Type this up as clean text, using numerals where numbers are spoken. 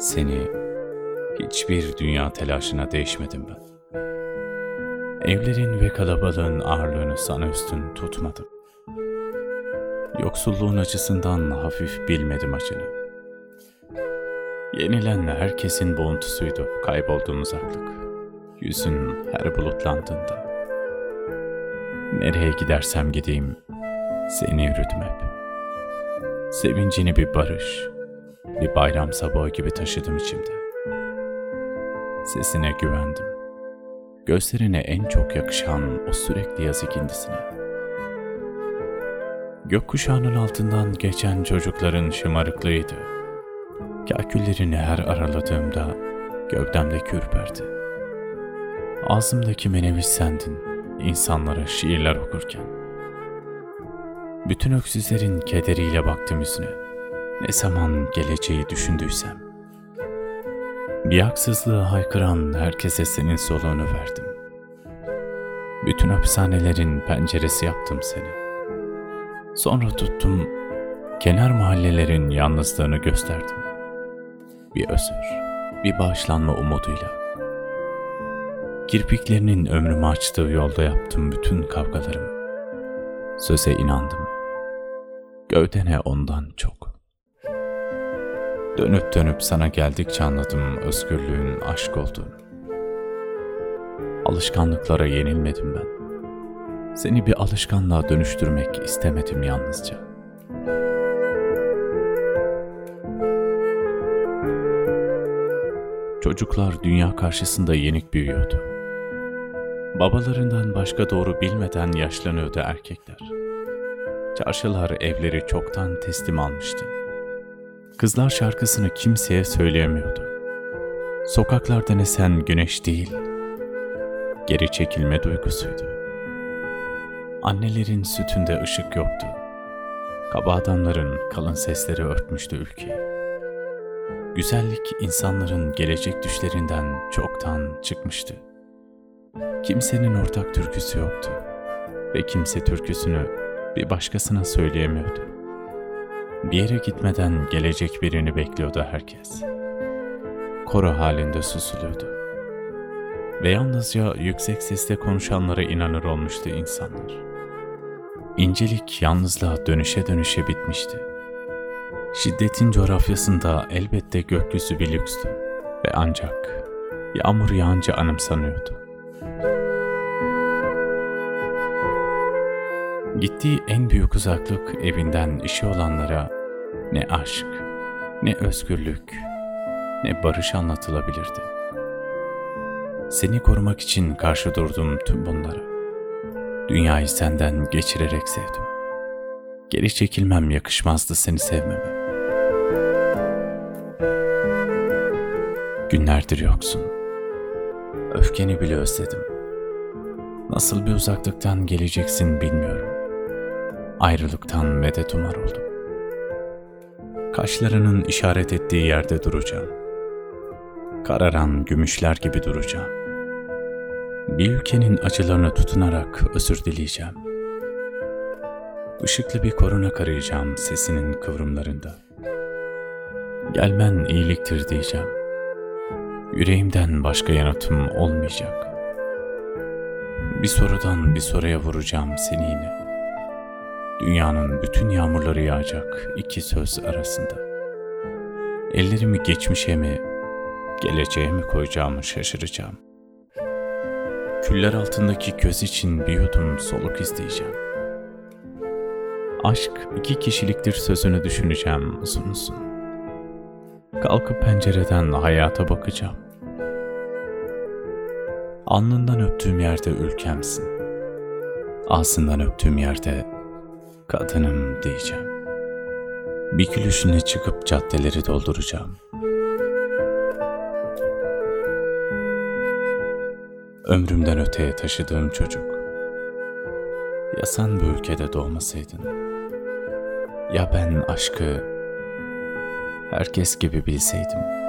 Seni hiçbir dünya telaşına değişmedim ben. Evlerin ve kalabalığın ağırlığını sana üstün tutmadım. Yoksulluğun acısından hafif bilmedim acını. Yenilen herkesin boğuntusuydu kaybolduğum uzaklık. Yüzün her bulutlandığında. Nereye gidersem gideyim seni yürüdüm hep. Sevincini bir barış, bir bayram sabahı gibi taşıdım içimde. Sesine güvendim. Gözlerine en çok yakışan o sürekli yaz ikindisine. Gökkuşağının altından geçen çocukların şımarıklığıydı. Kaküllerini her araladığımda gövdemde ürperdi. Ağzımdaki menevşe sendin, insanlara şiirler okurken. Bütün öksüzlerin kederiyle baktım yüzüne. Ne zaman geleceği düşündüysem. Bir haksızlığı haykıran herkese senin soluğunu verdim. Bütün hapishanelerin penceresi yaptım seni. Sonra tuttum, kenar mahallelerin yalnızlığını gösterdim. Bir özür, bir bağışlanma umuduyla. Kirpiklerinin ömrümü açtığı yolda yaptım bütün kavgalarımı. Söze inandım. Gövdene ondan çok. Dönüp dönüp sana geldikçe anladım özgürlüğün aşk olduğunu. Alışkanlıklara yenilmedim ben. Seni bir alışkanlığa dönüştürmek istemedim yalnızca. Çocuklar dünya karşısında yenik büyüyordu. Babalarından başka doğru bilmeden yaşlanıyordu erkekler. Çarşılar evleri çoktan teslim almıştı. Kızlar şarkısını kimseye söyleyemiyordu. Sokaklardan esen güneş değil, geri çekilme duygusuydu. Annelerin sütünde ışık yoktu. Kaba adamların kalın sesleri örtmüştü ülkeyi. Güzellik insanların gelecek düşlerinden çoktan çıkmıştı. Kimsenin ortak türküsü yoktu ve kimse türküsünü bir başkasına söyleyemiyordu. Bir yere gitmeden gelecek birini bekliyordu herkes. Koro halinde susuluyordu. Ve yalnızca yüksek sesle konuşanlara inanır olmuştu insanlar. İncelik yalnızlığa dönüşe dönüşe bitmişti. Şiddetin coğrafyasında elbette gökyüzü bir lükstü ve ancak yağmur yağınca anımsanıyordu. Gittiği en büyük uzaklık evinden işi olanlara ne aşk, ne özgürlük, ne barış anlatılabilirdi. Seni korumak için karşı durdum tüm bunlara. Dünyayı senden geçirerek sevdim. Geri çekilmem yakışmazdı seni sevmeme. Günlerdir yoksun. Öfkeni bile özledim. Nasıl bir uzaklıktan geleceksin bilmiyorum. Ayrılıktan medet umar oldum. Kaşlarının işaret ettiği yerde duracağım. Kararan gümüşler gibi duracağım. Bir ülkenin acılarına tutunarak özür dileyeceğim. Işıklı bir korunak arayacağım sesinin kıvrımlarında. Gelmen iyiliktir diyeceğim. Yüreğimden başka yanıtım olmayacak. Bir sorudan bir soruya vuracağım seni yine. Dünyanın bütün yağmurları yağacak iki söz arasında. Ellerimi geçmişe mi, geleceğe mi koyacağımı şaşıracağım. Küller altındaki göz için bir yudum soluk isteyeceğim. Aşk iki kişiliktir sözünü düşüneceğim uzun uzun. Kalkıp pencereden hayata bakacağım. Alnından öptüğüm yerde ülkemsin. Ağzından öptüğüm yerde kadınım diyeceğim. Bir gülüşüne çıkıp caddeleri dolduracağım. Ömrümden öteye taşıdığım çocuk. Ya sen bu ülkede doğmasaydın? Ya ben aşkı herkes gibi bilseydim?